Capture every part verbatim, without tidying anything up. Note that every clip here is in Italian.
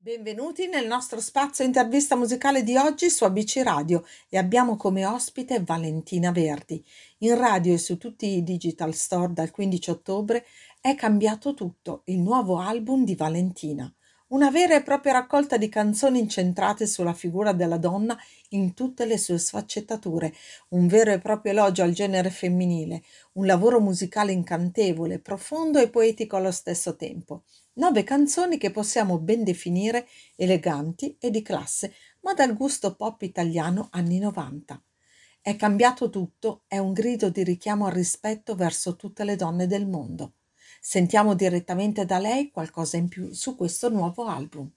Benvenuti nel nostro spazio intervista musicale di oggi su A B C Radio e abbiamo come ospite Valentina Verdi. In radio e su tutti i digital store dal quindici ottobre è cambiato tutto, il nuovo album di Valentina. Una vera e propria raccolta di canzoni incentrate sulla figura della donna in tutte le sue sfaccettature, un vero e proprio elogio al genere femminile, un lavoro musicale incantevole, profondo e poetico allo stesso tempo. Nove canzoni che possiamo ben definire eleganti e di classe, ma dal gusto pop italiano anni novanta. È cambiato tutto, è un grido di richiamo al rispetto verso tutte le donne del mondo. Sentiamo direttamente da lei qualcosa in più su questo nuovo album.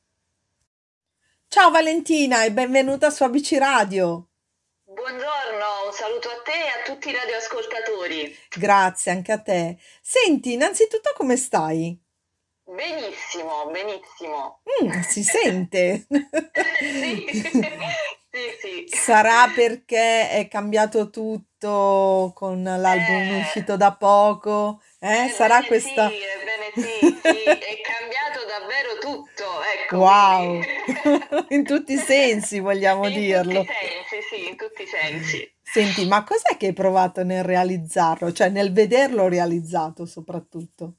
Ciao Valentina e benvenuta su A B C Radio. Buongiorno, un saluto a te e a tutti i radioascoltatori. Grazie anche a te. Senti, innanzitutto come stai? Benissimo, benissimo. Mm, si sente. Sì, sì, sì. Sarà perché è cambiato tutto con l'album Eh, uscito da poco? Eh? Sarà ebbene questa... sì, ebbene sì, sì, è cambiato davvero tutto, ecco, quindi Wow! In tutti i sensi vogliamo in tutti i dirlo. sensi, sì, in tutti i sensi. Senti, ma cos'è che hai provato nel realizzarlo? Cioè nel vederlo realizzato soprattutto?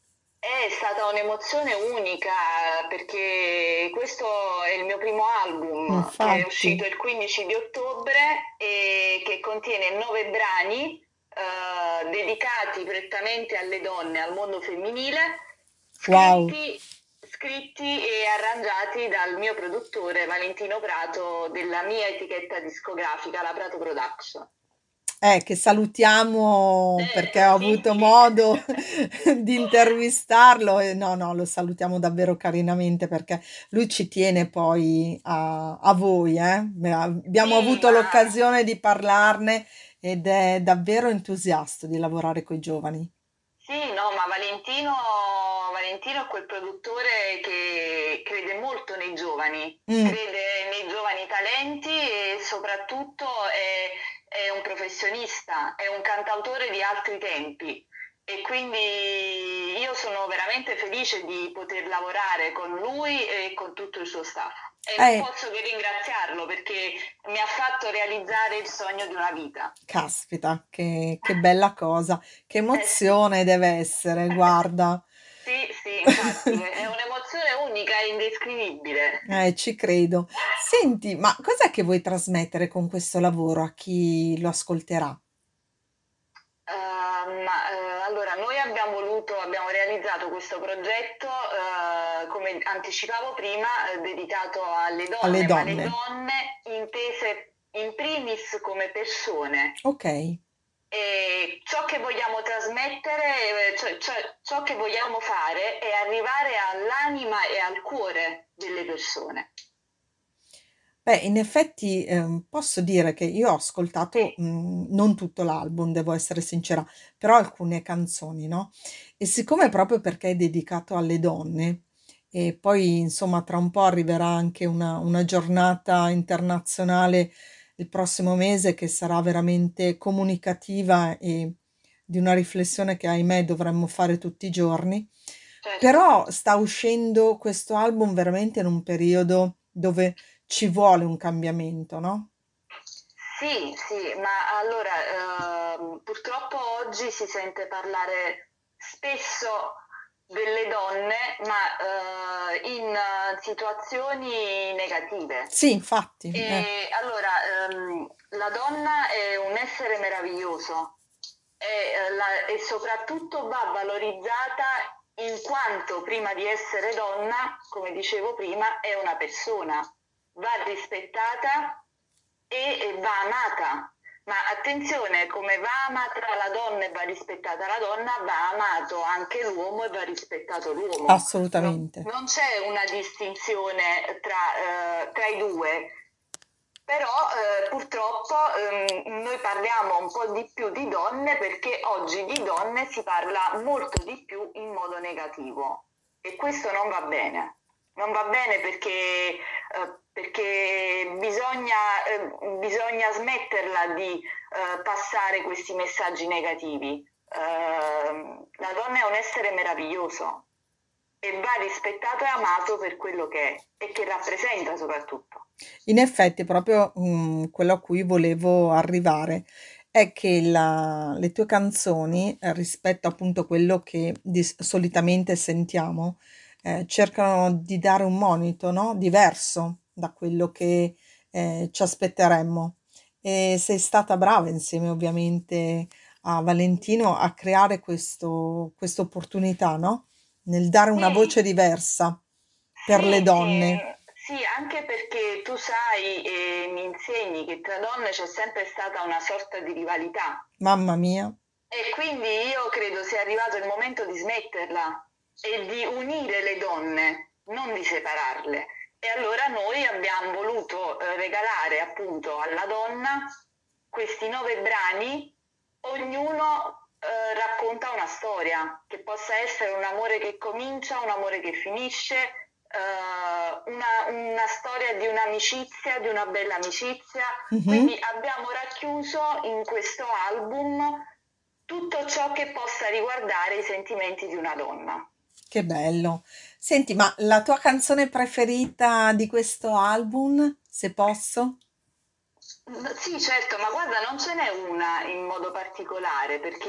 È stata un'emozione unica perché questo è il mio primo album che è Infatti, uscito il quindici di ottobre e che contiene nove brani eh, dedicati prettamente alle donne, al mondo femminile, wow! scritti, scritti e arrangiati dal mio produttore Valentino Prato della mia etichetta discografica, la Prato Production. Eh, che salutiamo perché Eh, ho sì, avuto sì. modo di intervistarlo e no, no, lo salutiamo davvero carinamente perché lui ci tiene poi a, a voi, eh. Beh, abbiamo Sì, avuto ma l'occasione di parlarne ed è davvero entusiasta di lavorare con i giovani. sì, no, ma Valentino, Valentino è quel produttore che crede molto nei giovani, Mm, crede nei giovani talenti e soprattutto è, è un professionista, è un cantautore di altri tempi e quindi io sono veramente felice di poter lavorare con lui e con tutto il suo staff. E non eh, posso che ringraziarlo perché mi ha fatto realizzare il sogno di una vita. caspita, che, che bella cosa, che Eh sì. emozione deve essere, guarda. Sì, sì, infatti, è un'emozione unica e indescrivibile. Eh, ci credo. Senti, ma cos'è che vuoi trasmettere con questo lavoro a chi lo ascolterà? Uh, ma uh, allora noi abbiamo voluto, abbiamo realizzato questo progetto, uh, come anticipavo prima, uh, dedicato alle Alle donne, ma le donne. donne intese in primis come persone. Ok. E ciò che vogliamo trasmettere, eh, cioè, cioè, ciò che vogliamo fare è arrivare all'anima e al cuore delle persone. Beh, in effetti ehm, posso dire che io ho ascoltato Sì, mh, non tutto l'album, devo essere sincera, però alcune canzoni, no? E siccome sì, proprio perché è dedicato alle donne, e poi insomma tra un po' arriverà anche una, una giornata internazionale il prossimo mese che sarà veramente comunicativa e di una riflessione che ahimè dovremmo fare tutti i giorni, certo. però sta uscendo questo album veramente in un periodo dove ci vuole un cambiamento, no? Sì, sì, ma allora ehm, purtroppo oggi si sente parlare spesso delle donne, ma eh, in eh, situazioni negative. Sì, infatti, eh, E allora ehm, la donna è un essere meraviglioso e, eh, la- e soprattutto va valorizzata in quanto prima di essere donna, come dicevo prima, è una persona, va rispettata e, e va amata. Ma attenzione, come va amata la donna e va rispettata la donna, va amato anche l'uomo e va rispettato l'uomo. No- assolutamente. non c'è una distinzione tra, eh, tra i due, però eh, purtroppo ehm, noi parliamo un po' di più di donne perché oggi di donne si parla molto di più in modo negativo e questo non va bene. Non va bene perché, eh, perché bisogna, eh, bisogna smetterla di eh, passare questi messaggi negativi. Eh, la donna è un essere meraviglioso. e va rispettato e amato per quello che è e che rappresenta soprattutto. In effetti, proprio mm, quello a cui volevo arrivare è che la- le tue canzoni, eh, rispetto appunto a quello che di- solitamente sentiamo, eh, cercano di dare un monito, no? Diverso da quello che eh, ci aspetteremmo. E sei stata brava insieme ovviamente a Valentino a creare questo, questa opportunità, no? Nel dare una voce Sì, diversa per le sì, sì, donne. mm, sì, anche perché tu sai e mi insegni che tra donne c'è sempre stata una sorta di rivalità. Mamma mia. E quindi io credo sia arrivato il momento di smetterla e di unire le donne, non di separarle. E allora noi abbiamo voluto eh, regalare appunto alla donna questi nove brani, ognuno eh, racconta una storia, che possa essere un amore che comincia, un amore che finisce, eh, una, una storia di un'amicizia, di una bella amicizia. Mhm. Quindi abbiamo racchiuso in questo album tutto ciò che possa riguardare i sentimenti di una donna. Che bello. Senti, ma la tua canzone preferita di questo album, se posso? Mm, sì, certo, ma guarda, non ce n'è una in modo particolare perché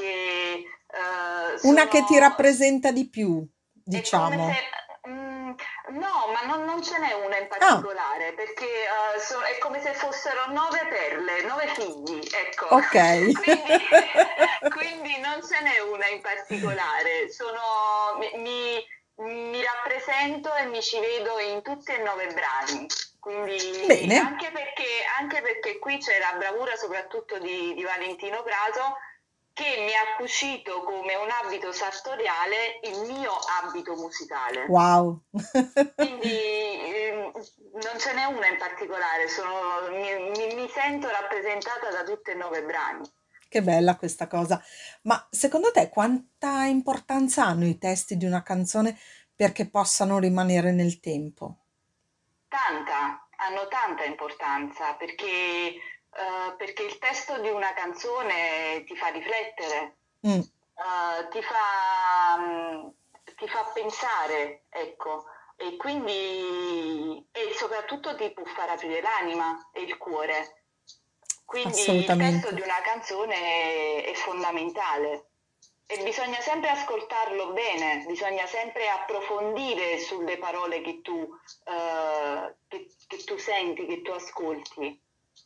eh, Una che ti sono. rappresenta di più, È come diciamo. se. mm, no, ma non, non ce n'è una in Ah, particolare perché eh, so- è come se fossero nove perle, nove figli, ecco. ok. Quindi, quindi non ce n'è una in particolare. Sono, mi, mi- mi rappresento e mi ci vedo in tutti e nove brani. Quindi Bene, anche perché, anche perché qui c'è la bravura soprattutto di, di Valentino Prato che mi ha cucito come un abito sartoriale il mio abito musicale. wow. Quindi ehm, non ce n'è una in particolare, sono- mi, mi- mi sento rappresentata da tutti e nove brani. Che bella questa cosa. Ma secondo te quanta importanza hanno i testi di una canzone perché possano rimanere nel tempo? Tanta, hanno tanta importanza perché, eh, perché il testo di una canzone ti fa riflettere, Mm, eh, ti fa, mm, ti fa pensare, ecco, e quindi e soprattutto ti può far aprire l'anima e il cuore. Quindi il testo di assolutamente. una canzone è, è fondamentale e bisogna sempre ascoltarlo bene, bisogna sempre approfondire sulle parole che tu, eh, che, che tu senti, che tu ascolti.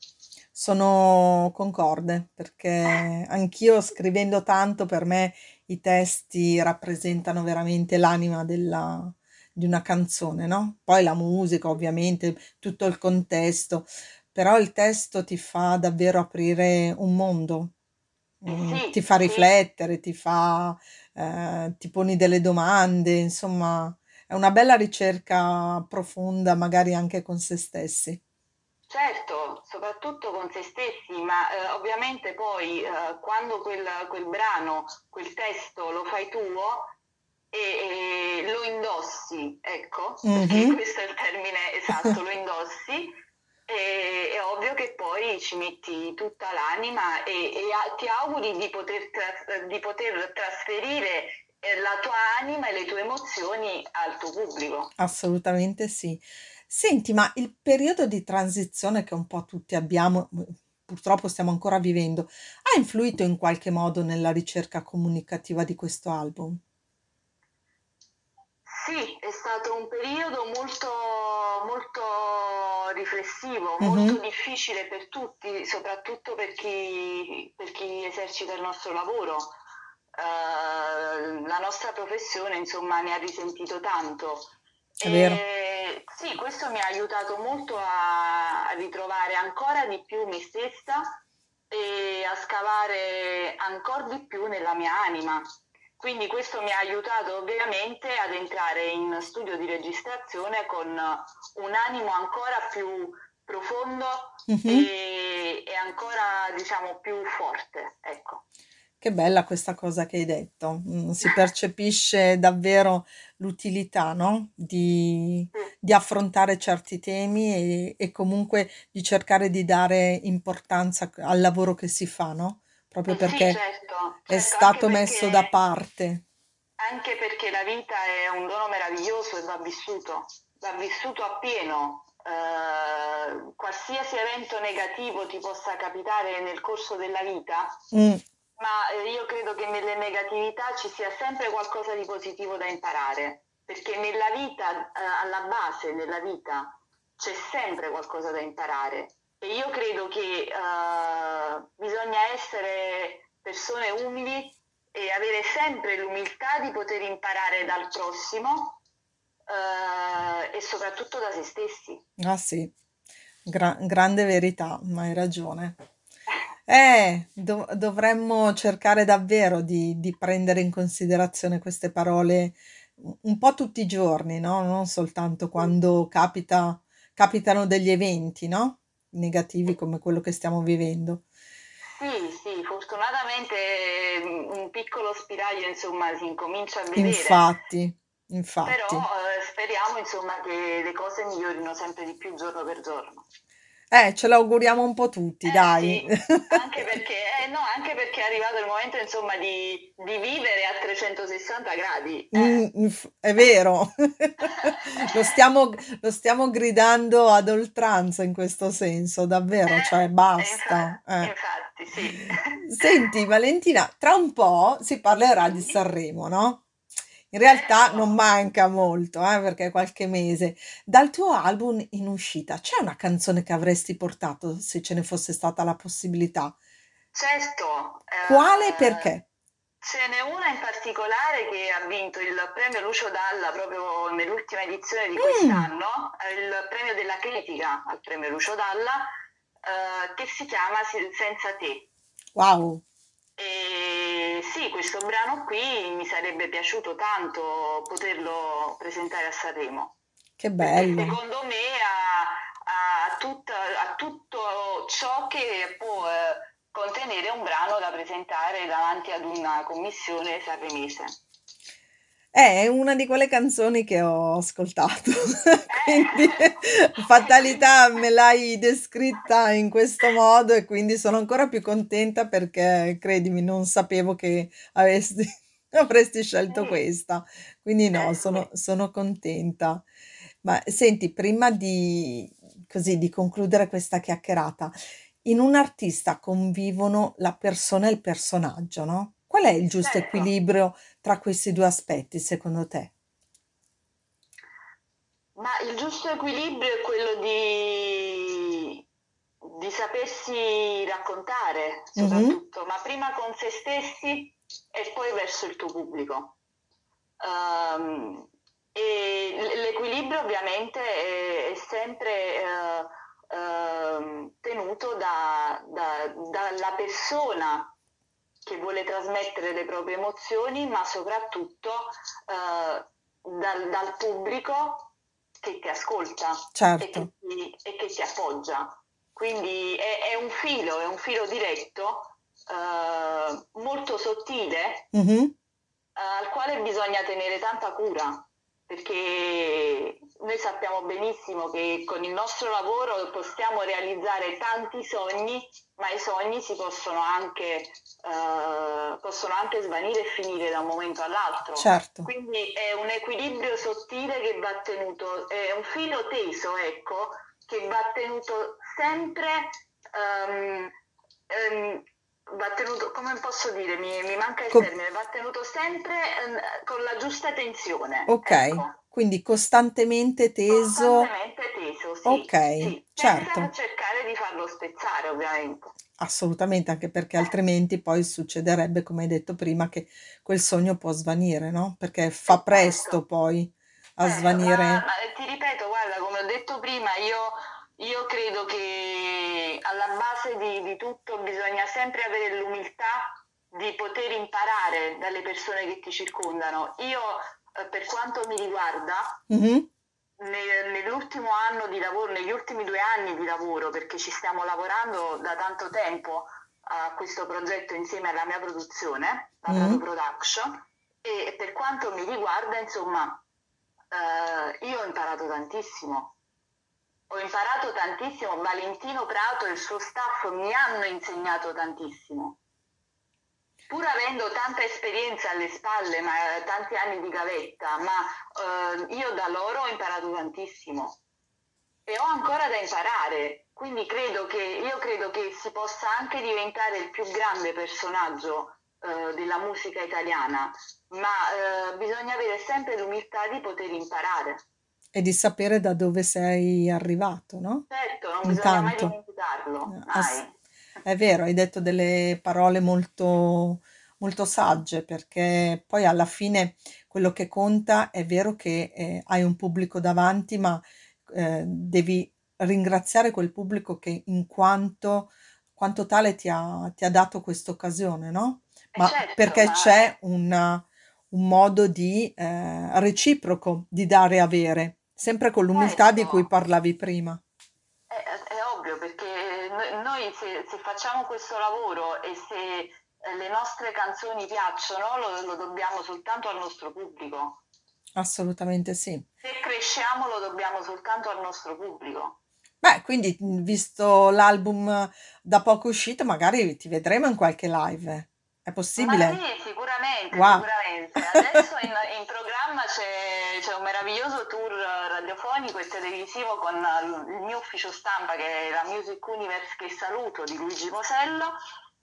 Sono concorde perché anch'io scrivendo tanto per me i testi rappresentano veramente l'anima della, di una canzone, no? Poi la musica, ovviamente, tutto il contesto, però il testo ti fa davvero aprire un mondo, Eh mm, sì, ti fa sì, riflettere, ti fa, eh, ti poni delle domande, insomma, è una bella ricerca profonda, magari anche con se stessi. certo, soprattutto con se stessi, ma eh, ovviamente poi eh, quando quel, quel brano, quel testo lo fai tuo e, e lo indossi, ecco, perché Mhm. questo è il termine esatto, lo indossi, e, è ovvio che poi ci metti tutta l'anima e, e a- ti auguri di poter, tras- di poter trasferire eh, la tua anima e le tue emozioni al tuo pubblico. Assolutamente sì. Senti, ma il periodo di transizione che un po' tutti abbiamo, purtroppo stiamo ancora vivendo, ha influito in qualche modo nella ricerca comunicativa di questo album? Sì, è stato un periodo molto, molto riflessivo, molto Mhm. difficile per tutti, soprattutto per chi, per chi esercita il nostro lavoro. Eh, la nostra professione, insomma, ne ha risentito tanto. È vero, E sì, questo mi ha aiutato molto a, a ritrovare ancora di più me stessa e a scavare ancora di più nella mia anima. Quindi questo mi ha aiutato ovviamente ad entrare in studio di registrazione con un animo ancora più profondo mhm. e, e ancora, diciamo, più forte, ecco. Che bella questa cosa che hai detto. Mm, si percepisce davvero l'utilità, no? Di, Sì, di affrontare certi temi e, e comunque di cercare di dare importanza al lavoro che si fa, no? Proprio eh sì, perché certo, è certo, anche stato messo da perché parte. anche perché la vita è un dono meraviglioso e va vissuto, va vissuto appieno. Eh, qualsiasi evento negativo ti possa capitare nel corso della vita, Mm, ma eh, io credo che nelle negatività ci sia sempre qualcosa di positivo da imparare, perché nella vita, eh, alla base della vita, c'è sempre qualcosa da imparare. E io credo che eh, bisogna essere persone umili e avere sempre l'umiltà di poter imparare dal prossimo eh, e soprattutto da se stessi. ah sì, gra- grande verità, ma hai ragione. Eh, dov- dovremmo cercare davvero di, di prendere in considerazione queste parole un un po' tutti i giorni, no? Non soltanto quando capita, capitano degli eventi, no? Negativi come quello che stiamo vivendo. Sì, sì, fortunatamente mm, un piccolo spiraglio insomma si incomincia a vedere, Infatti, però infatti. eh, speriamo insomma che le cose migliorino sempre di più giorno per giorno. Eh, ce l'auguriamo un po' tutti, Eh dai. sì, anche perché, eh, no, anche perché è arrivato il momento insomma di, di vivere a trecentosessanta gradi. Mm, Eh. inf- è vero, lo stiamo, lo stiamo gridando ad oltranza in questo senso, davvero, cioè Eh, e basta. infa- eh. infatti sì. Senti, Valentina, tra un po' si parlerà di Sì, Sanremo, no? In certo. realtà non manca molto, eh, perché è qualche mese. Dal tuo album in uscita, c'è una canzone che avresti portato se ce ne fosse stata la possibilità? Certo, Quale e eh, perché? ce n'è una in particolare che ha vinto il premio Lucio Dalla proprio nell'ultima edizione di Mm, quest'anno, eh, il premio della critica al premio Lucio Dalla, eh, che si chiama Si- Senza te. wow, E sì, questo brano qui mi sarebbe piaciuto tanto poterlo presentare a Sanremo, che perché bello. secondo me ha, ha tutta- ha tutto ciò che può eh, contenere un brano da presentare davanti ad una commissione sanremese. È una di quelle canzoni che ho ascoltato, quindi Eh, e quindi... fatalità me l'hai descritta in questo modo e quindi sono ancora più contenta perché credimi, non sapevo che avesti, avresti scelto Sì, questa. Quindi eh no, sì, sono, sono contenta. Ma senti, prima di, così, di concludere questa chiacchierata, in un artista convivono la persona e il personaggio, no? Qual è il giusto certo. equilibrio tra questi due aspetti, secondo te? Ma il giusto equilibrio è quello di, di sapersi raccontare, Mh-mh. soprattutto, ma prima con se stessi e poi verso il tuo pubblico. Ehm, e l- l'equilibrio ovviamente è, è sempre eh, ehm, tenuto da- da- dalla persona che vuole trasmettere le proprie emozioni, ma soprattutto eh, dal, dal pubblico che ti ascolta e Certo. che ti, e che ti appoggia. Quindi è, è un filo, è un filo diretto, eh, molto sottile, Mh-mh. al quale bisogna tenere tanta cura, perché noi sappiamo benissimo che con il nostro lavoro possiamo realizzare tanti sogni, ma i sogni si possono anche, eh, possono anche svanire e finire da un momento all'altro. Certo. Quindi è un equilibrio sottile che va tenuto, è un filo teso, ecco, che va tenuto sempre ehm, ehm, va tenuto, come posso dire, mi, mi manca il Co termine, va tenuto sempre ehm, con la giusta tensione, Okay, ecco, quindi costantemente teso. costantemente teso, sì, Okay, sì, senza certo, cercare di farlo spezzare, ovviamente. assolutamente, anche perché altrimenti poi succederebbe, come hai detto prima, che quel sogno può svanire, no, perché E fa presto certo, poi a certo, ma, svanire. ma ti ripeto, guarda, come ho detto prima, io, io credo che alla base di, di tutto bisogna sempre avere l'umiltà di poter imparare dalle persone che ti circondano. Io, eh, per quanto mi riguarda, Mh-mh. ne- nell'ultimo anno di lavoro, negli ultimi due anni di lavoro, perché ci stiamo lavorando da tanto tempo a questo progetto insieme alla mia produzione, la Prato Mh. Production, e per quanto mi riguarda, insomma, eh, io ho imparato tantissimo. Ho imparato tantissimo, Valentino Prato e il suo staff mi hanno insegnato tantissimo. pur avendo tanta esperienza alle spalle, ma tanti anni di gavetta, ma eh, io da loro ho imparato tantissimo e ho ancora da imparare. Quindi credo che, io credo che si possa anche diventare il più grande personaggio eh, della musica italiana, ma eh, bisogna avere sempre l'umiltà di poter imparare. E di sapere da dove sei arrivato, no? Certo, non bisogna mai Intanto. dimenticarlo, Eh, ass- mai. è vero, hai detto delle parole molto, molto sagge, perché poi alla fine quello che conta è vero che eh, hai un pubblico davanti, ma eh, devi ringraziare quel pubblico che in quanto, quanto tale ti ha, ti ha dato questa occasione, no? E Ma certo, perché ma c'è una- un modo di eh, reciproco di dare e avere, sempre con l'umiltà di certo, cui parlavi prima. è, è ovvio perché noi, noi se, se facciamo questo lavoro e se eh, le nostre canzoni piacciono, lo, lo dobbiamo soltanto al nostro pubblico. Assolutamente sì. Se cresciamo lo dobbiamo soltanto al nostro pubblico. Beh, quindi mh, visto l'album da poco uscito, magari ti vedremo in qualche live. È Ma sì, possibile? sicuramente, Wow. sicuramente. Adesso in, in programma c'è, c'è un meraviglioso tour radiofonico e televisivo con il mio ufficio stampa che è la Music Universe che saluto di Luigi Mosello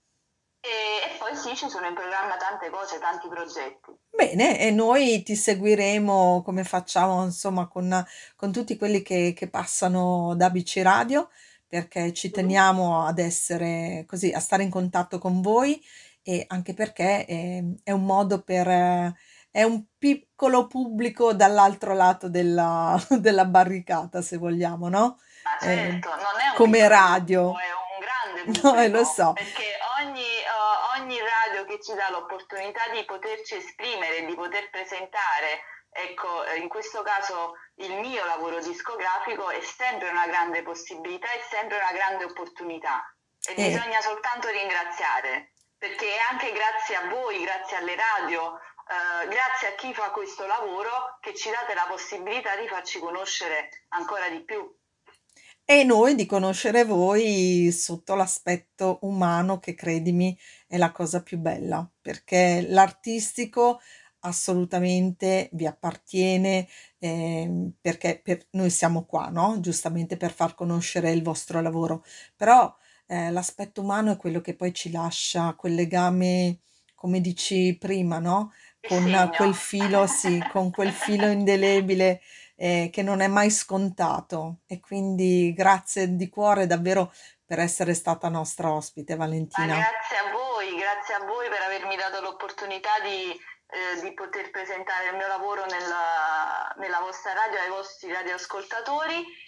e, e poi sì, ci sono in programma tante cose, tanti progetti. Bene, e noi ti seguiremo come facciamo, insomma, con, con tutti quelli che, che passano da B C Radio, perché ci Sì. teniamo ad essere così, a stare in contatto con voi e anche perché è, è un modo per, eh, è un piccolo pubblico dall'altro lato della, della barricata, se vogliamo, no? Ma Eh, certo, non è un come piccolo pubblico, radio. è un grande No, eh, lo pubblico, so. perché ogni, eh, ogni radio che ci dà l'opportunità di poterci esprimere, di poter presentare, ecco, eh, in questo caso il mio lavoro discografico è sempre una grande possibilità, è sempre una grande opportunità e E bisogna soltanto ringraziare, perché è anche grazie a voi, grazie alle radio, eh, grazie a chi fa questo lavoro che ci date la possibilità di farci conoscere ancora di più. E noi di conoscere voi sotto l'aspetto umano che credimi è la cosa più bella, perché l'artistico assolutamente vi appartiene, ehm, perché per- noi siamo qua, no? Giustamente per far conoscere il vostro lavoro, però eh, l'aspetto umano è quello che poi ci lascia quel legame, come dici prima, no? Il Con segno. quel filo, sì, con quel filo indelebile eh, che non è mai scontato e quindi grazie di cuore davvero per essere stata nostra ospite, Ma Valentina. grazie a voi, grazie a voi per avermi dato l'opportunità di, eh, di poter presentare il mio lavoro nella, nella vostra radio ai vostri radioascoltatori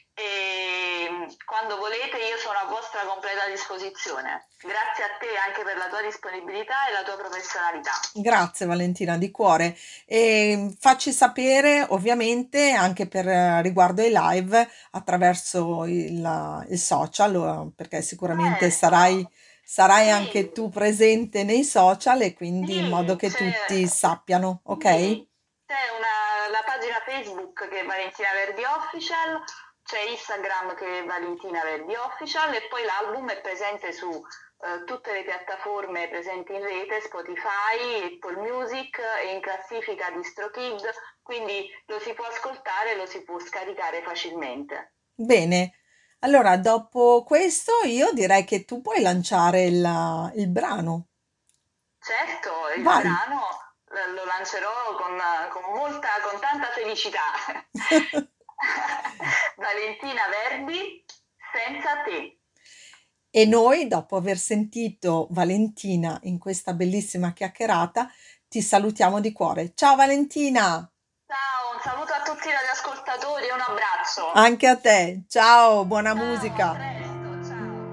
e mm, quando volete io sono a vostra completa disposizione. Grazie a te anche per la tua disponibilità e la tua professionalità. Grazie Valentina di cuore e facci sapere ovviamente anche per eh, riguardo ai live attraverso il, il social eh, perché sicuramente Certo, sarai, sarai sì, anche tu presente nei social e quindi in modo sì, che c'è, tutti sappiano, ok? sì, c'è una, la pagina Facebook che è Valentina Verdi Official, c'è Instagram che è Valentina Verdi Official e poi l'album è presente su eh, tutte le piattaforme presenti in rete, Spotify, Apple Music e in classifica DistroKid, quindi lo si può ascoltare e lo si può scaricare facilmente. Bene, allora dopo questo io direi che tu puoi lanciare il, il brano. Certo, il Vai! brano eh, lo lancerò con, con molta, con tanta felicità. Valentina Verdi, senza te. E noi, dopo aver sentito Valentina in questa bellissima chiacchierata, ti salutiamo di cuore. Ciao Valentina! Ciao, un saluto a tutti gli ascoltatori e un abbraccio. Anche a te. Ciao, buona Ciao, a musica. presto, ciao.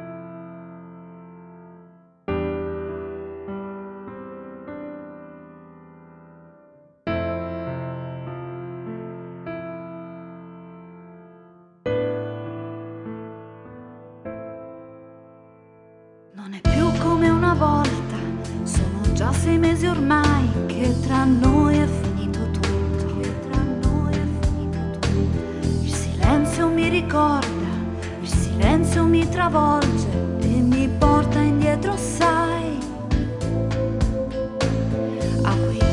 Non è più come una volta, sono già sei mesi ormai che tra noi è finito tutto. Che tra noi è finito tutto. Il silenzio mi ricorda, il silenzio mi travolge e mi porta indietro, sai.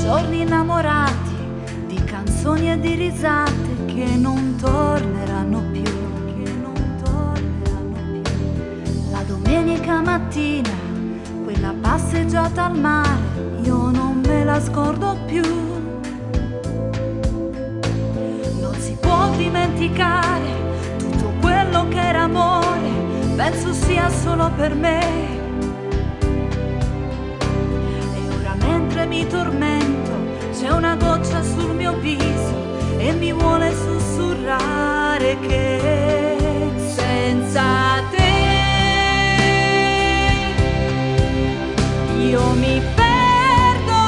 giorni innamorati di canzoni e di risate che non torneranno più, che non torneranno più. La domenica mattina, quella passeggiata al mare, io non me la scordo più. Non si può dimenticare tutto quello che era amore, penso sia solo per me. Mentre mi tormento c'è una goccia sul mio viso e mi vuole sussurrare che senza te io mi perdo,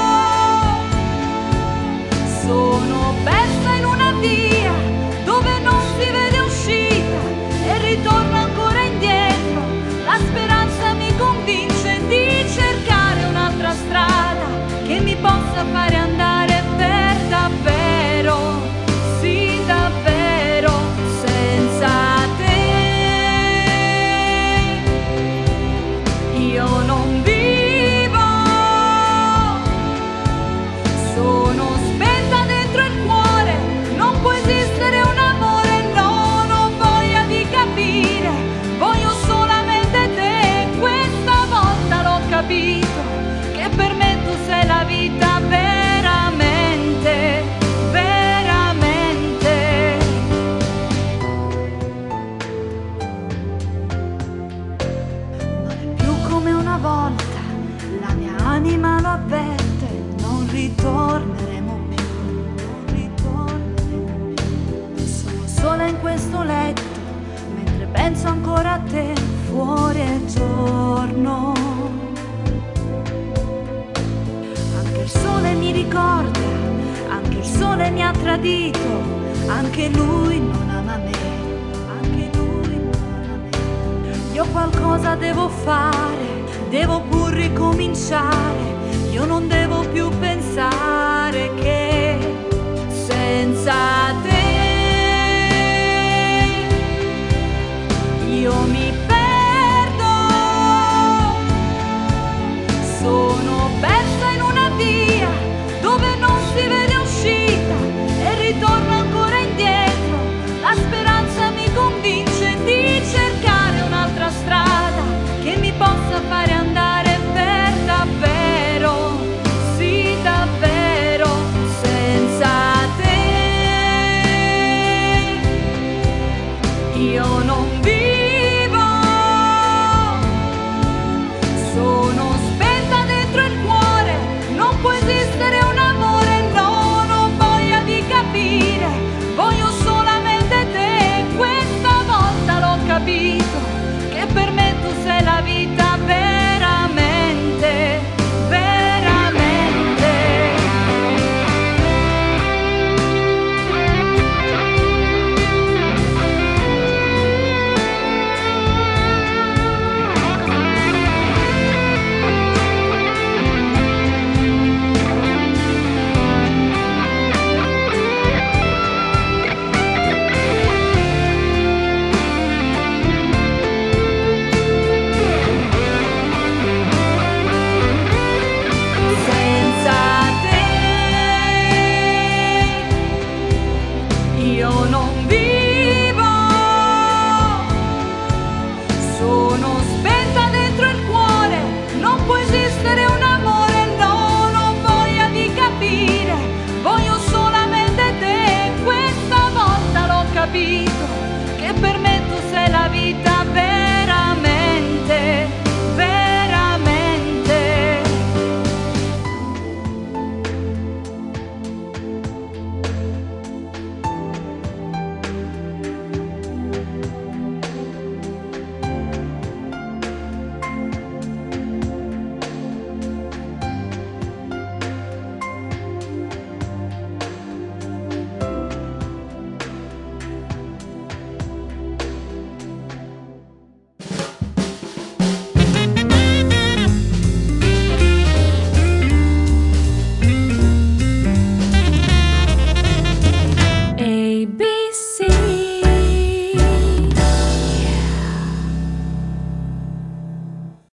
sono persa in una via dove non si vede uscita e ritorno ancora indietro, la speranza mi convince di cercare un'altra strada che mi possa fare andare per davvero, sì davvero, senza te io non vivo, sono spenta dentro il cuore, non può esistere un amore, no, non ho voglia di capire, voglio solamente te, questa volta l'ho capito, che per me tu sei la vita veramente, veramente. Non è più come una volta, la mia anima lo avverte, non ritorneremo più, non ritorneremo più. Sono sola in questo letto, mentre penso ancora a te, fuori è giorno. Il sole mi ricorda, anche il sole mi ha tradito, anche lui non ama me, anche lui non ama me. Io qualcosa devo fare, devo pur ricominciare, io non devo più pensare che senza te io mi perdo, sono persa in una via dove non si vede uscita e ritorno ancora indietro, la speranza mi convince di cercare un'altra strada che mi possa fare andare per davvero, sì davvero, senza te io non vivo.